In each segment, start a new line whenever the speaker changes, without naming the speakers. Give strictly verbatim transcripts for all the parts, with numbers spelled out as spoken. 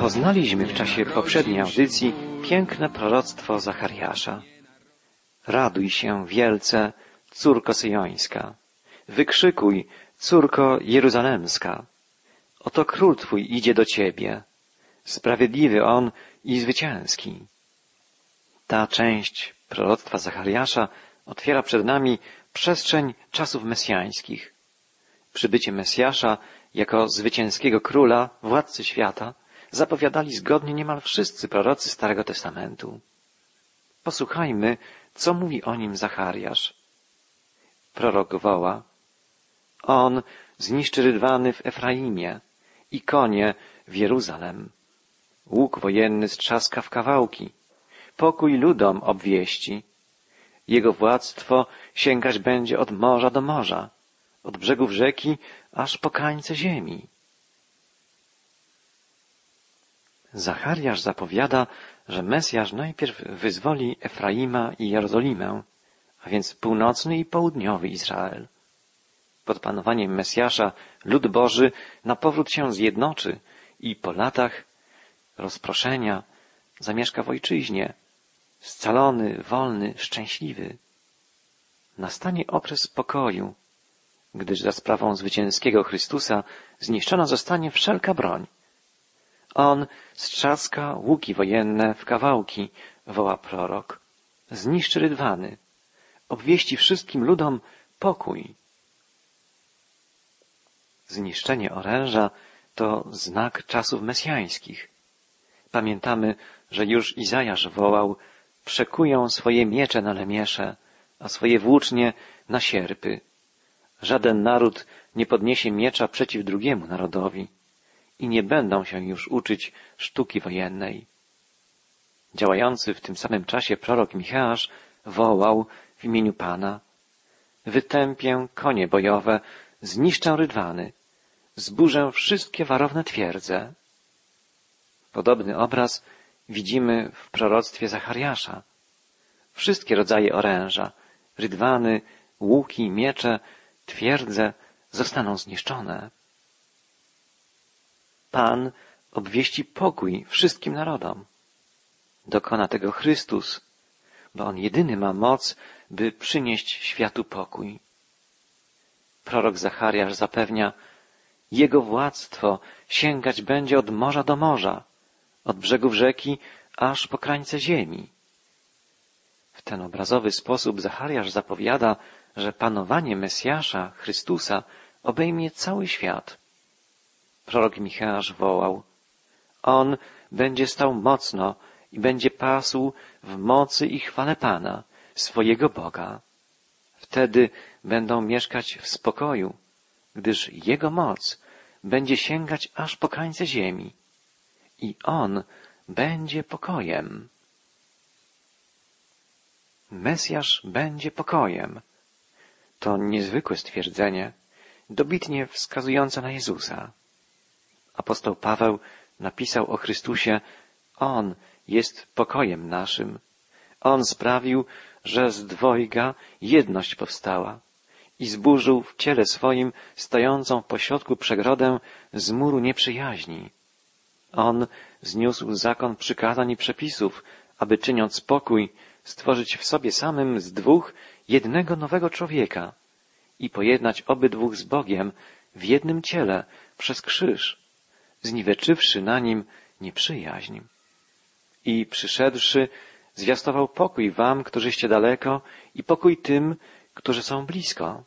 Poznaliśmy w czasie poprzedniej audycji piękne proroctwo Zachariasza. Raduj się wielce, córko syjońska. Wykrzykuj, córko jeruzalemska. Oto król twój idzie do ciebie. Sprawiedliwy on i zwycięski. Ta część proroctwa Zachariasza otwiera przed nami przestrzeń czasów mesjańskich. Przybycie Mesjasza jako zwycięskiego króla, władcy świata, zapowiadali zgodnie niemal wszyscy prorocy Starego Testamentu. Posłuchajmy, co mówi o nim Zachariasz. Prorok woła: On zniszczy rydwany w Efraimie i konie w Jeruzalem. Łuk wojenny strzaska w kawałki. Pokój ludom obwieści. Jego władztwo sięgać będzie od morza do morza, od brzegów rzeki aż po krańce ziemi. Zachariasz zapowiada, że Mesjasz najpierw wyzwoli Efraima i Jerozolimę, a więc północny i południowy Izrael. Pod panowaniem Mesjasza lud Boży na powrót się zjednoczy i po latach rozproszenia zamieszka w ojczyźnie, scalony, wolny, szczęśliwy. Nastanie okres pokoju, gdyż za sprawą zwycięskiego Chrystusa zniszczona zostanie wszelka broń. On strzaska łuki wojenne w kawałki, woła prorok. Zniszczy rydwany. Obwieści wszystkim ludom pokój. Zniszczenie oręża to znak czasów mesjańskich. Pamiętamy, że już Izajasz wołał: przekują swoje miecze na lemiesze, a swoje włócznie na sierpy. Żaden naród nie podniesie miecza przeciw drugiemu narodowi i nie będą się już uczyć sztuki wojennej. Działający w tym samym czasie prorok Micheasz wołał w imieniu Pana: wytępię konie bojowe, zniszczę rydwany, zburzę wszystkie warowne twierdze. Podobny obraz widzimy w proroctwie Zachariasza. Wszystkie rodzaje oręża, rydwany, łuki, miecze, twierdze zostaną zniszczone. Pan obwieści pokój wszystkim narodom. Dokona tego Chrystus, bo On jedyny ma moc, by przynieść światu pokój. Prorok Zachariasz zapewnia: Jego władztwo sięgać będzie od morza do morza, od brzegów rzeki aż po krańce ziemi. W ten obrazowy sposób Zachariasz zapowiada, że panowanie Mesjasza, Chrystusa, obejmie cały świat. Prorok Micheasz wołał: On będzie stał mocno i będzie pasł w mocy i chwale Pana, swojego Boga. Wtedy będą mieszkać w spokoju, gdyż Jego moc będzie sięgać aż po krańce ziemi i On będzie pokojem. Mesjasz będzie pokojem. To niezwykłe stwierdzenie, dobitnie wskazujące na Jezusa. Apostoł Paweł napisał o Chrystusie: On jest pokojem naszym. On sprawił, że z dwojga jedność powstała i zburzył w ciele swoim stojącą pośrodku przegrodę z muru nieprzyjaźni. On zniósł zakon przykazań i przepisów, aby czyniąc pokój, stworzyć w sobie samym z dwóch jednego nowego człowieka i pojednać obydwóch z Bogiem w jednym ciele przez krzyż, zniweczywszy na nim nieprzyjaźń. I przyszedłszy, zwiastował pokój wam, którzyście daleko, i pokój tym, którzy są blisko.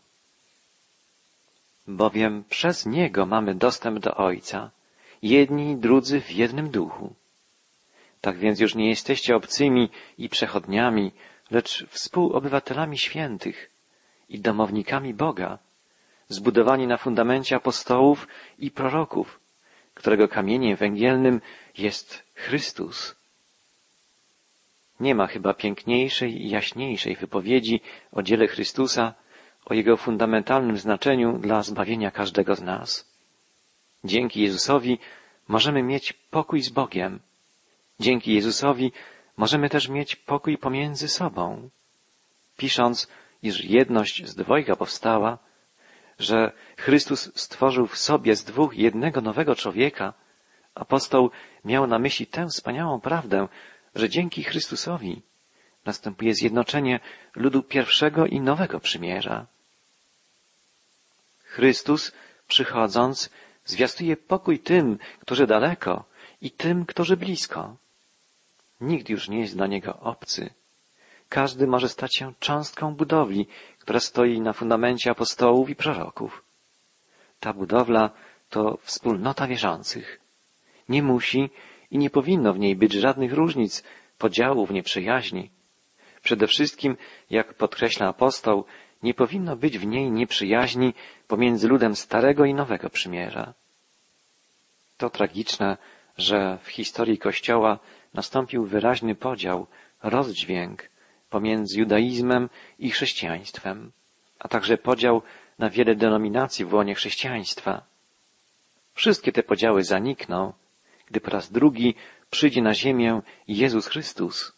Bowiem przez Niego mamy dostęp do Ojca, jedni i drudzy w jednym duchu. Tak więc już nie jesteście obcymi i przechodniami, lecz współobywatelami świętych i domownikami Boga, zbudowani na fundamencie apostołów i proroków, którego kamieniem węgielnym jest Chrystus. Nie ma chyba piękniejszej i jaśniejszej wypowiedzi o dziele Chrystusa, o Jego fundamentalnym znaczeniu dla zbawienia każdego z nas. Dzięki Jezusowi możemy mieć pokój z Bogiem. Dzięki Jezusowi możemy też mieć pokój pomiędzy sobą. Pisząc, iż jedność z dwojga powstała, że Chrystus stworzył w sobie z dwóch jednego nowego człowieka, Apostoł miał na myśli tę wspaniałą prawdę, że dzięki Chrystusowi następuje zjednoczenie ludu pierwszego i nowego przymierza. Chrystus, przychodząc, zwiastuje pokój tym, którzy daleko, i tym, którzy blisko. Nikt już nie jest dla Niego obcy. Każdy może stać się cząstką budowli, która stoi na fundamencie apostołów i proroków. Ta budowla to wspólnota wierzących. Nie musi i nie powinno w niej być żadnych różnic, podziałów, nieprzyjaźni. Przede wszystkim, jak podkreśla apostoł, nie powinno być w niej nieprzyjaźni pomiędzy ludem Starego i Nowego Przymierza. To tragiczne, że w historii Kościoła nastąpił wyraźny podział, rozdźwięk pomiędzy judaizmem i chrześcijaństwem, a także podział na wiele denominacji w łonie chrześcijaństwa. Wszystkie te podziały zanikną, gdy po raz drugi przyjdzie na ziemię Jezus Chrystus.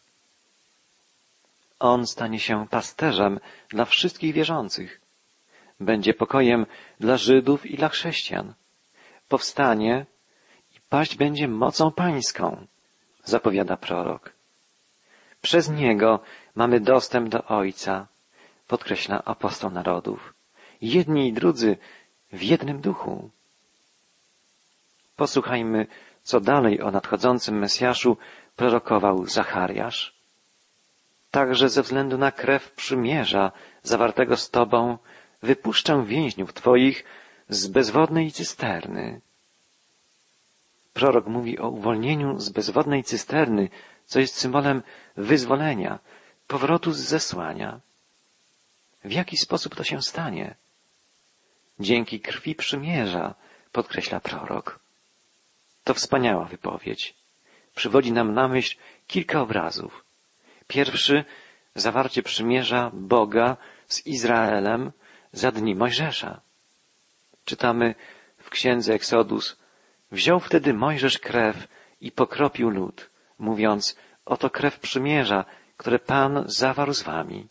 On stanie się pasterzem dla wszystkich wierzących. Będzie pokojem dla Żydów i dla chrześcijan. Powstanie i paść będzie mocą pańską, zapowiada prorok. Przez Niego mamy dostęp do Ojca, podkreśla apostoł narodów. Jedni i drudzy w jednym duchu. Posłuchajmy, co dalej o nadchodzącym Mesjaszu prorokował Zachariasz. Także ze względu na krew przymierza zawartego z Tobą wypuszczę więźniów Twoich z bezwodnej cysterny. Prorok mówi o uwolnieniu z bezwodnej cysterny, co jest symbolem wyzwolenia, powrotu z zesłania. W jaki sposób to się stanie? Dzięki krwi przymierza, podkreśla prorok. To wspaniała wypowiedź. Przywodzi nam na myśl kilka obrazów. Pierwszy, zawarcie przymierza Boga z Izraelem za dni Mojżesza. Czytamy w księdze Exodus: wziął wtedy Mojżesz krew i pokropił lud, mówiąc: oto krew przymierza, które Pan zawarł z wami.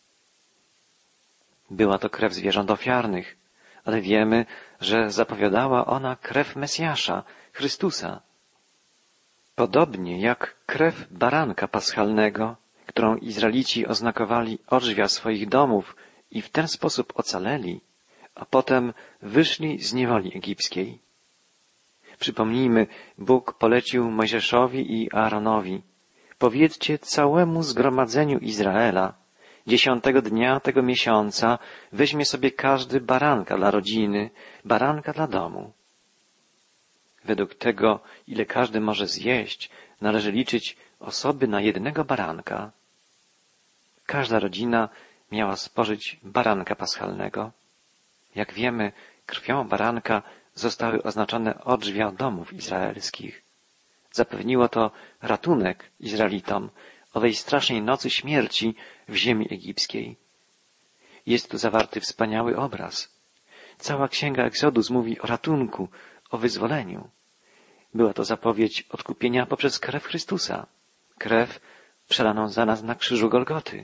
Była to krew zwierząt ofiarnych, ale wiemy, że zapowiadała ona krew Mesjasza, Chrystusa. Podobnie jak krew baranka paschalnego, którą Izraelici oznakowali odrzwia swoich domów i w ten sposób ocaleli, a potem wyszli z niewoli egipskiej. Przypomnijmy, Bóg polecił Mojżeszowi i Aaronowi: powiedzcie całemu zgromadzeniu Izraela, dziesiątego dnia tego miesiąca weźmie sobie każdy baranka dla rodziny, baranka dla domu. Według tego, ile każdy może zjeść, należy liczyć osoby na jednego baranka. Każda rodzina miała spożyć baranka paschalnego. Jak wiemy, krwią baranka zostały oznaczone odrzwia domów izraelskich. Zapewniło to ratunek Izraelitom owej strasznej nocy śmierci w ziemi egipskiej. Jest tu zawarty wspaniały obraz. Cała księga Exodus mówi o ratunku, o wyzwoleniu. Była to zapowiedź odkupienia poprzez krew Chrystusa, krew przelaną za nas na krzyżu Golgoty.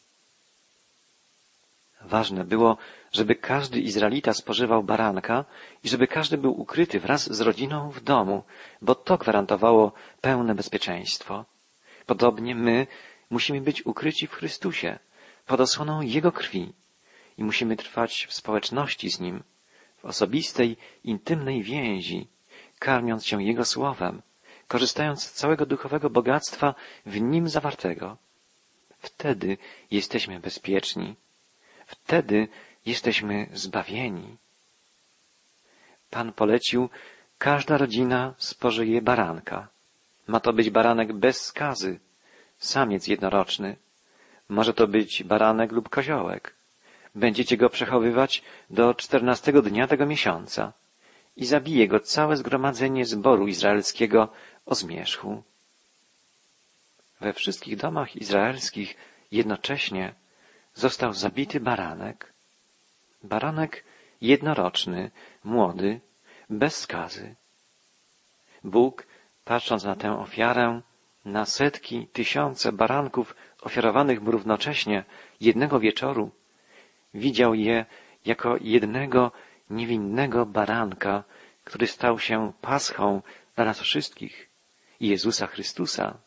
Ważne było, żeby każdy Izraelita spożywał baranka i żeby każdy był ukryty wraz z rodziną w domu, bo to gwarantowało pełne bezpieczeństwo. Podobnie my musimy być ukryci w Chrystusie, pod osłoną Jego krwi i musimy trwać w społeczności z Nim, w osobistej, intymnej więzi, karmiąc się Jego słowem, korzystając z całego duchowego bogactwa w Nim zawartego. Wtedy jesteśmy bezpieczni. Wtedy jesteśmy zbawieni. Pan polecił: każda rodzina spożyje baranka. Ma to być baranek bez skazy, samiec jednoroczny. Może to być baranek lub koziołek. Będziecie go przechowywać do czternastego dnia tego miesiąca i zabije go całe zgromadzenie zboru izraelskiego o zmierzchu. We wszystkich domach izraelskich jednocześnie został zabity baranek. Baranek jednoroczny, młody, bez skazy. Bóg, patrząc na tę ofiarę, na setki, tysiące baranków ofiarowanych mu równocześnie jednego wieczoru, widział je jako jednego niewinnego baranka, który stał się paschą dla nas wszystkich, Jezusa Chrystusa.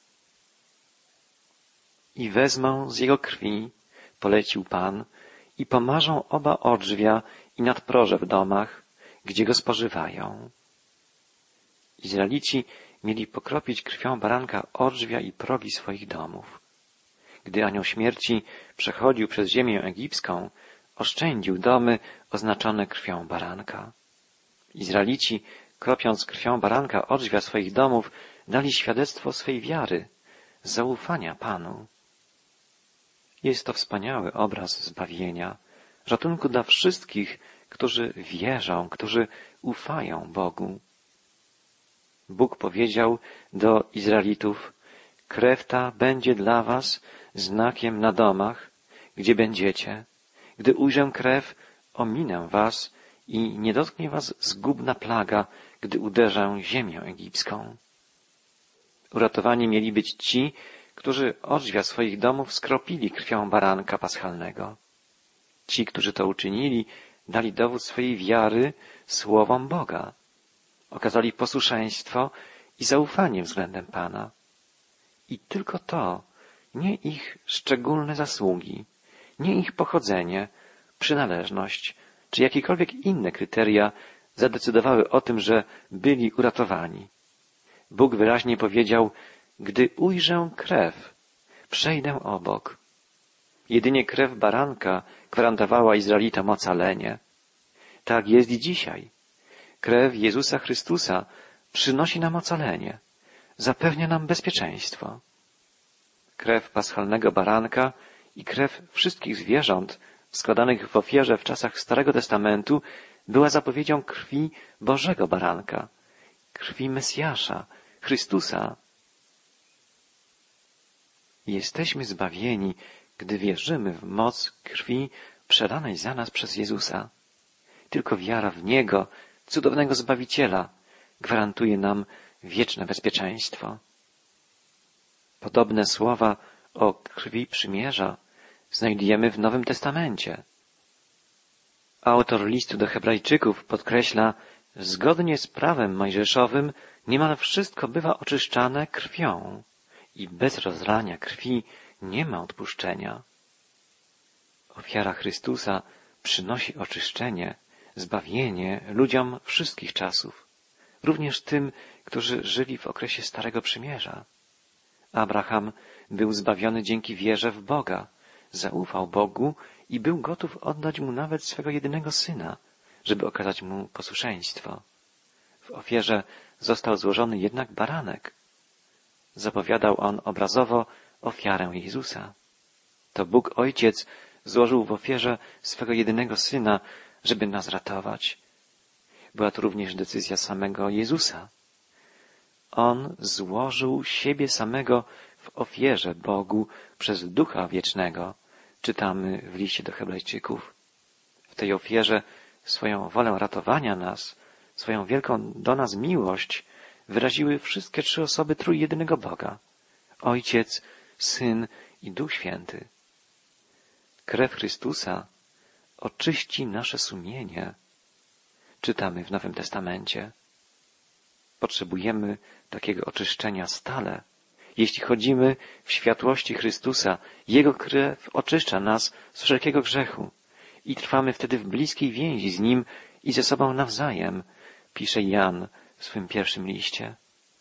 I wezmą z Jego krwi, polecił Pan, i pomarzą oba odrzwia i nadproże w domach, gdzie go spożywają. Izraelici mieli pokropić krwią baranka odrzwia i progi swoich domów. Gdy anioł śmierci przechodził przez ziemię egipską, oszczędził domy oznaczone krwią baranka. Izraelici, kropiąc krwią baranka odrzwia swoich domów, dali świadectwo swej wiary, zaufania Panu. Jest to wspaniały obraz zbawienia, ratunku dla wszystkich, którzy wierzą, którzy ufają Bogu. Bóg powiedział do Izraelitów: krew ta będzie dla was znakiem na domach, gdzie będziecie. Gdy ujrzę krew, ominę was i nie dotknie was zgubna plaga, gdy uderzę ziemię egipską. Uratowani mieli być ci, którzy odrzwia swoich domów skropili krwią baranka paschalnego. Ci, którzy to uczynili, dali dowód swojej wiary słowom Boga. Okazali posłuszeństwo i zaufanie względem Pana. I tylko to, nie ich szczególne zasługi, nie ich pochodzenie, przynależność, czy jakiekolwiek inne kryteria zadecydowały o tym, że byli uratowani. Bóg wyraźnie powiedział: gdy ujrzę krew, przejdę obok. Jedynie krew baranka gwarantowała Izraelitom ocalenie. Tak jest i dzisiaj. Krew Jezusa Chrystusa przynosi nam ocalenie, zapewnia nam bezpieczeństwo. Krew paschalnego baranka i krew wszystkich zwierząt składanych w ofierze w czasach Starego Testamentu była zapowiedzią krwi Bożego baranka, krwi Mesjasza, Chrystusa. Jesteśmy zbawieni, gdy wierzymy w moc krwi przelanej za nas przez Jezusa. Tylko wiara w Niego, cudownego Zbawiciela, gwarantuje nam wieczne bezpieczeństwo. Podobne słowa o krwi przymierza znajdujemy w Nowym Testamencie. Autor listu do Hebrajczyków podkreśla: zgodnie z prawem mojżeszowym niemal wszystko bywa oczyszczane krwią i bez rozlania krwi nie ma odpuszczenia. Ofiara Chrystusa przynosi oczyszczenie, zbawienie ludziom wszystkich czasów, również tym, którzy żyli w okresie Starego Przymierza. Abraham był zbawiony dzięki wierze w Boga, zaufał Bogu i był gotów oddać Mu nawet swego jedynego syna, żeby okazać Mu posłuszeństwo. W ofierze został złożony jednak baranek. Zapowiadał on obrazowo ofiarę Jezusa. To Bóg Ojciec złożył w ofierze swego jedynego Syna, żeby nas ratować. Była to również decyzja samego Jezusa. On złożył siebie samego w ofierze Bogu przez Ducha Wiecznego, czytamy w liście do Hebrajczyków. W tej ofierze swoją wolę ratowania nas, swoją wielką do nas miłość wyraziły wszystkie trzy osoby trójjedynego Boga: Ojciec, Syn i Duch Święty. Krew Chrystusa oczyści nasze sumienie, czytamy w Nowym Testamencie. Potrzebujemy takiego oczyszczenia stale. Jeśli chodzimy w światłości Chrystusa, Jego krew oczyszcza nas z wszelkiego grzechu i trwamy wtedy w bliskiej więzi z Nim i ze sobą nawzajem, pisze Jan w swym pierwszym liście.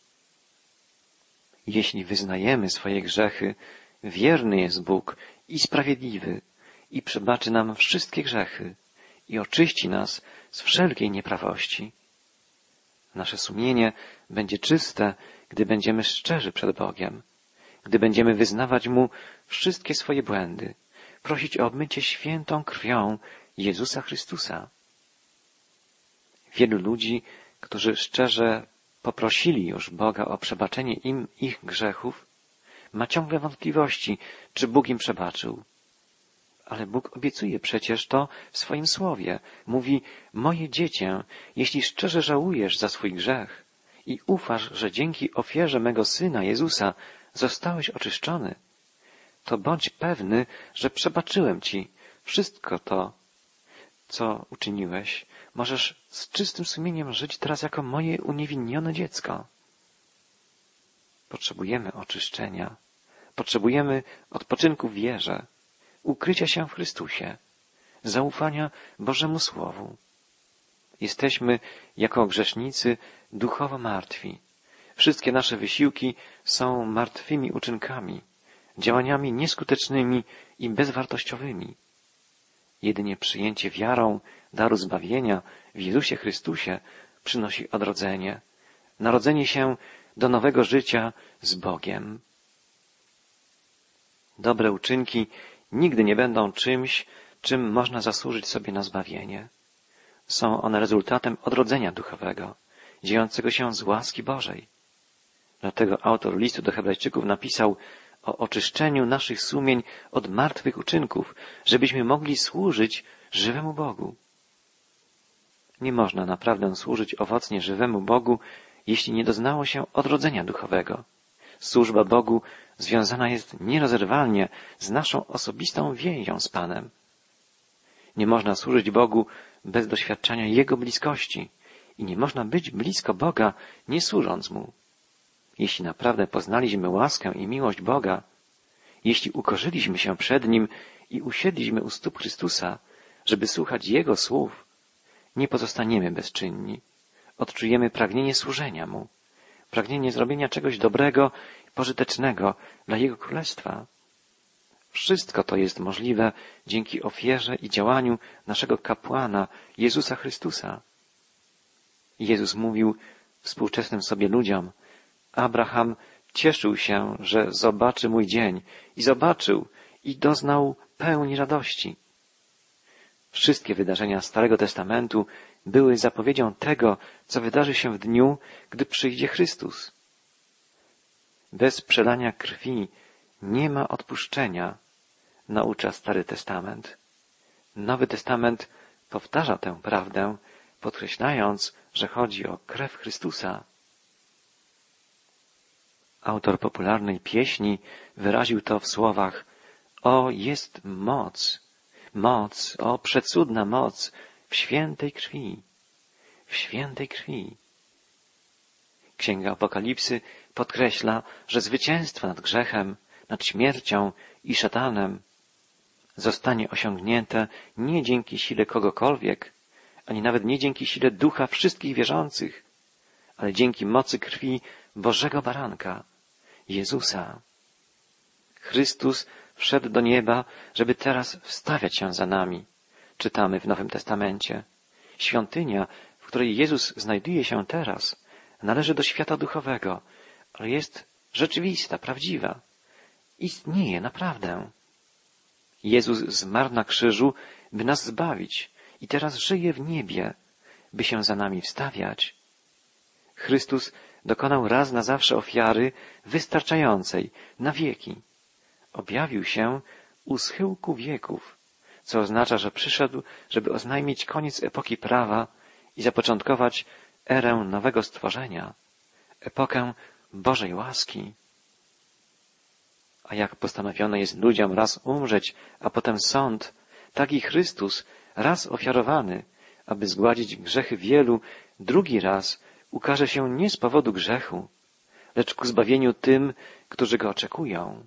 Jeśli wyznajemy swoje grzechy, wierny jest Bóg i sprawiedliwy i przebaczy nam wszystkie grzechy i oczyści nas z wszelkiej nieprawości. Nasze sumienie będzie czyste, gdy będziemy szczerzy przed Bogiem, gdy będziemy wyznawać Mu wszystkie swoje błędy, prosić o obmycie świętą krwią Jezusa Chrystusa. Wielu ludzi, którzy szczerze poprosili już Boga o przebaczenie im ich grzechów, ma ciągle wątpliwości, czy Bóg im przebaczył. Ale Bóg obiecuje przecież to w swoim słowie. Mówi: moje dziecię, jeśli szczerze żałujesz za swój grzech i ufasz, że dzięki ofierze mego Syna Jezusa zostałeś oczyszczony, to bądź pewny, że przebaczyłem ci wszystko to, co uczyniłeś. Możesz z czystym sumieniem żyć teraz jako moje uniewinnione dziecko. Potrzebujemy oczyszczenia. Potrzebujemy odpoczynku w wierze, ukrycia się w Chrystusie, zaufania Bożemu Słowu. Jesteśmy jako grzesznicy duchowo martwi. Wszystkie nasze wysiłki są martwymi uczynkami, działaniami nieskutecznymi i bezwartościowymi. Jedynie przyjęcie wiarą daru zbawienia w Jezusie Chrystusie przynosi odrodzenie, narodzenie się do nowego życia z Bogiem. Dobre uczynki nigdy nie będą czymś, czym można zasłużyć sobie na zbawienie. Są one rezultatem odrodzenia duchowego, dziejącego się z łaski Bożej. Dlatego autor listu do Hebrajczyków napisał o oczyszczeniu naszych sumień od martwych uczynków, żebyśmy mogli służyć żywemu Bogu. Nie można naprawdę służyć owocnie żywemu Bogu, jeśli nie doznało się odrodzenia duchowego. Służba Bogu związana jest nierozerwalnie z naszą osobistą więzią z Panem. Nie można służyć Bogu bez doświadczania Jego bliskości i nie można być blisko Boga, nie służąc Mu. Jeśli naprawdę poznaliśmy łaskę i miłość Boga, jeśli ukorzyliśmy się przed Nim i usiedliśmy u stóp Chrystusa, żeby słuchać Jego słów, nie pozostaniemy bezczynni. Odczujemy pragnienie służenia Mu, pragnienie zrobienia czegoś dobrego, pożytecznego dla Jego Królestwa. Wszystko to jest możliwe dzięki ofierze i działaniu naszego kapłana, Jezusa Chrystusa. Jezus mówił współczesnym sobie ludziom: Abraham cieszył się, że zobaczy mój dzień i zobaczył i doznał pełni radości. Wszystkie wydarzenia Starego Testamentu były zapowiedzią tego, co wydarzy się w dniu, gdy przyjdzie Chrystus. Bez przelania krwi nie ma odpuszczenia, naucza Stary Testament. Nowy Testament powtarza tę prawdę, podkreślając, że chodzi o krew Chrystusa. Autor popularnej pieśni wyraził to w słowach: O, jest moc, moc, o, przecudna moc w świętej krwi, w świętej krwi. Księga Apokalipsy podkreśla, że zwycięstwo nad grzechem, nad śmiercią i szatanem zostanie osiągnięte nie dzięki sile kogokolwiek, ani nawet nie dzięki sile ducha wszystkich wierzących, ale dzięki mocy krwi Bożego Baranka, Jezusa. Chrystus wszedł do nieba, żeby teraz wstawiać się za nami. Czytamy w Nowym Testamencie. Świątynia, w której Jezus znajduje się teraz, należy do świata duchowego, ale jest rzeczywista, prawdziwa. Istnieje naprawdę. Jezus zmarł na krzyżu, by nas zbawić i teraz żyje w niebie, by się za nami wstawiać. Chrystus dokonał raz na zawsze ofiary wystarczającej na wieki. Objawił się u schyłku wieków, co oznacza, że przyszedł, żeby oznajmić koniec epoki prawa i zapoczątkować erę nowego stworzenia, epokę Bożej łaski. A jak postanowione jest ludziom raz umrzeć, a potem sąd, tak i Chrystus, raz ofiarowany, aby zgładzić grzechy wielu, drugi raz ukaże się nie z powodu grzechu, lecz ku zbawieniu tym, którzy go oczekują.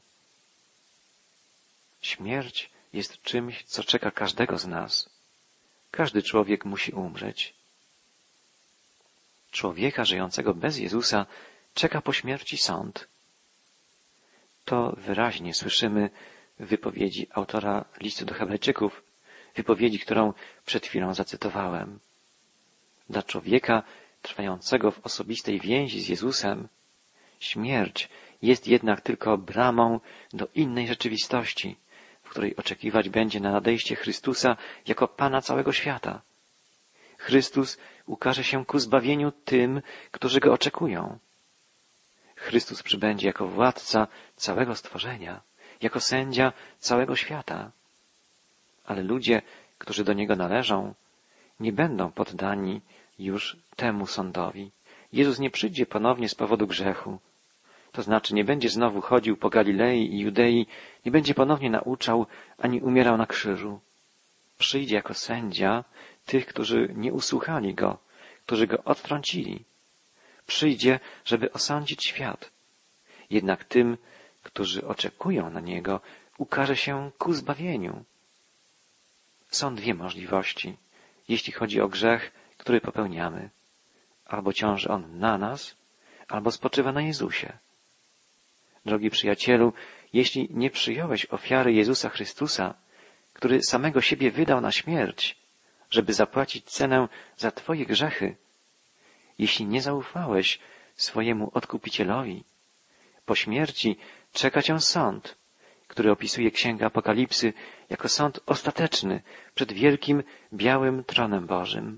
Śmierć jest czymś, co czeka każdego z nas. Każdy człowiek musi umrzeć. Człowieka żyjącego bez Jezusa czeka po śmierci sąd. To wyraźnie słyszymy w wypowiedzi autora listu do Hebrajczyków, wypowiedzi, którą przed chwilą zacytowałem. Dla człowieka trwającego w osobistej więzi z Jezusem, śmierć jest jednak tylko bramą do innej rzeczywistości, w której oczekiwać będzie na nadejście Chrystusa jako Pana całego świata. Chrystus ukaże się ku zbawieniu tym, którzy go oczekują. Chrystus przybędzie jako władca całego stworzenia, jako sędzia całego świata. Ale ludzie, którzy do Niego należą, nie będą poddani już temu sądowi. Jezus nie przyjdzie ponownie z powodu grzechu. To znaczy nie będzie znowu chodził po Galilei i Judei, nie będzie ponownie nauczał, ani umierał na krzyżu. Przyjdzie jako sędzia tych, którzy nie usłuchali Go, którzy Go odtrącili. Przyjdzie, żeby osądzić świat. jednak tym, którzy oczekują na Niego, ukaże się ku zbawieniu. Są dwie możliwości, jeśli chodzi o grzech, który popełniamy. Albo ciąży on na nas, albo spoczywa na Jezusie. Drogi przyjacielu, jeśli nie przyjąłeś ofiary Jezusa Chrystusa, który samego siebie wydał na śmierć, żeby zapłacić cenę za Twoje grzechy, jeśli nie zaufałeś swojemu Odkupicielowi, po śmierci czeka Cię sąd, który opisuje Księga Apokalipsy jako sąd ostateczny przed wielkim, białym tronem Bożym.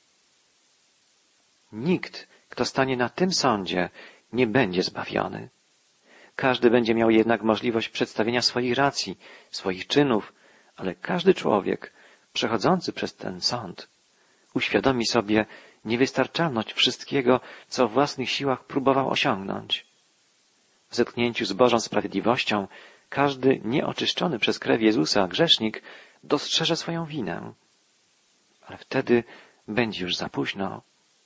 Nikt, kto stanie na tym sądzie, nie będzie zbawiony. Każdy będzie miał jednak możliwość przedstawienia swoich racji, swoich czynów, ale każdy człowiek przechodzący przez ten sąd uświadomi sobie niewystarczalność wszystkiego, co w własnych siłach próbował osiągnąć. W zetknięciu z Bożą sprawiedliwością każdy nieoczyszczony przez krew Jezusa grzesznik dostrzeże swoją winę. Ale wtedy będzie już za późno.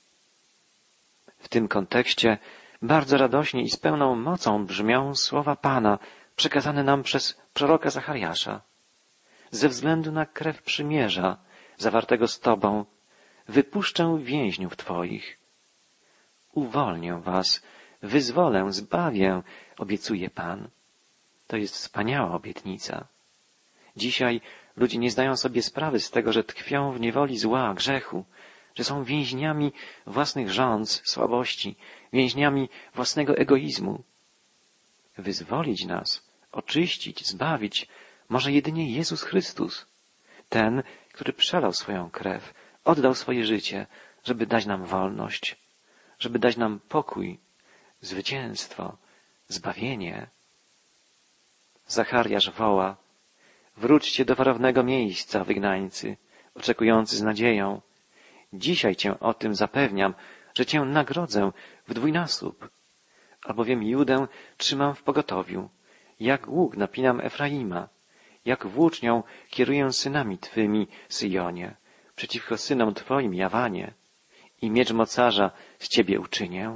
W tym kontekście bardzo radośnie i z pełną mocą brzmią słowa Pana przekazane nam przez proroka Zachariasza. Ze względu na krew przymierza zawartego z Tobą wypuszczę więźniów Twoich. Uwolnię was, wyzwolę, zbawię, obiecuje Pan. To jest wspaniała obietnica. Dzisiaj ludzie nie zdają sobie sprawy z tego, że tkwią w niewoli zła, grzechu, że są więźniami własnych żądz, słabości, więźniami własnego egoizmu. Wyzwolić nas, oczyścić, zbawić może jedynie Jezus Chrystus, ten, który przelał swoją krew, oddał swoje życie, żeby dać nam wolność, żeby dać nam pokój, zwycięstwo, zbawienie. Zachariasz woła: wróćcie do warownego miejsca, wygnańcy, oczekujący z nadzieją. Dzisiaj Cię o tym zapewniam, że Cię nagrodzę w dwójnasób, albowiem Judę trzymam w pogotowiu, jak łuk napinam Efraima, jak włócznią kieruję synami Twymi, Syjonie, przeciwko synom Twoim, Jawanie, i miecz mocarza z Ciebie uczynię.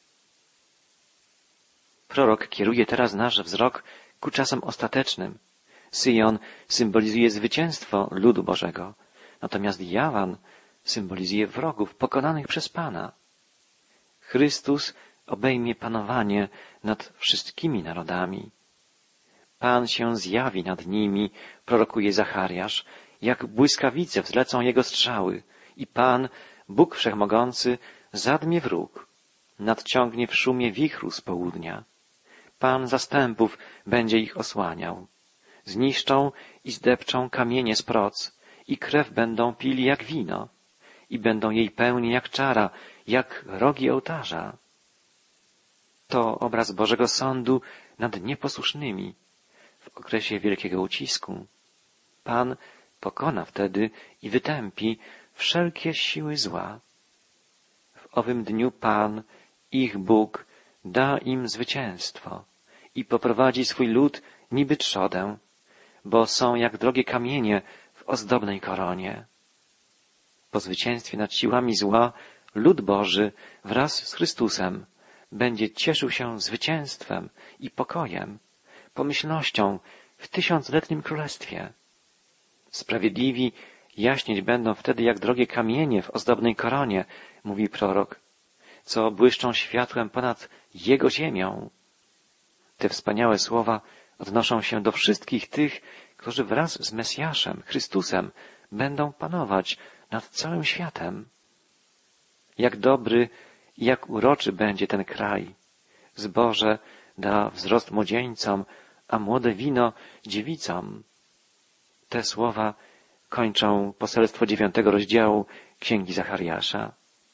Prorok kieruje teraz nasz wzrok ku czasem ostatecznym. Syjon symbolizuje zwycięstwo ludu Bożego, natomiast Jawan symbolizuje wrogów pokonanych przez Pana. Chrystus obejmie panowanie nad wszystkimi narodami. Pan się zjawi nad nimi, prorokuje Zachariasz, jak błyskawice wzlecą Jego strzały i Pan, Bóg Wszechmogący, zadmie wróg, nadciągnie w szumie wichru z południa. Pan zastępów będzie ich osłaniał. Zniszczą i zdepczą kamienie z proc i krew będą pili jak wino i będą jej pełni jak czara, jak rogi ołtarza. To obraz Bożego Sądu nad nieposłusznymi w okresie wielkiego ucisku. Pan pokona wtedy i wytępi wszelkie siły zła. W owym dniu Pan, ich Bóg, da im zwycięstwo i poprowadzi swój lud niby trzodę, bo są jak drogie kamienie w ozdobnej koronie. Po zwycięstwie nad siłami zła lud Boży wraz z Chrystusem będzie cieszył się zwycięstwem i pokojem, pomyślnością w tysiącletnim królestwie. Sprawiedliwi jaśnieć będą wtedy jak drogie kamienie w ozdobnej koronie, mówi prorok, co błyszczą światłem ponad Jego ziemią. Te wspaniałe słowa odnoszą się do wszystkich tych, którzy wraz z Mesjaszem, Chrystusem, będą panować nad całym światem. Jak dobry i jak uroczy będzie ten kraj. Zboże da wzrost młodzieńcom, a młode wino dziewicom. Te słowa kończą poselstwo dziewiątego rozdziału Księgi Zachariasza.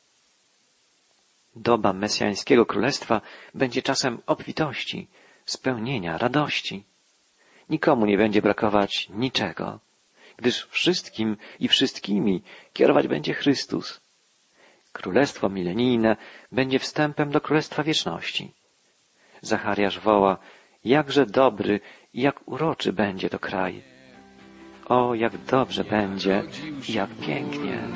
Doba mesjańskiego królestwa będzie czasem obfitości, spełnienia, radości. Nikomu nie będzie brakować niczego, gdyż wszystkim i wszystkimi kierować będzie Chrystus. Królestwo milenijne będzie wstępem do Królestwa Wieczności. Zachariasz woła: jakże dobry i jak uroczy będzie to kraj. O, jak dobrze będzie i jak pięknie.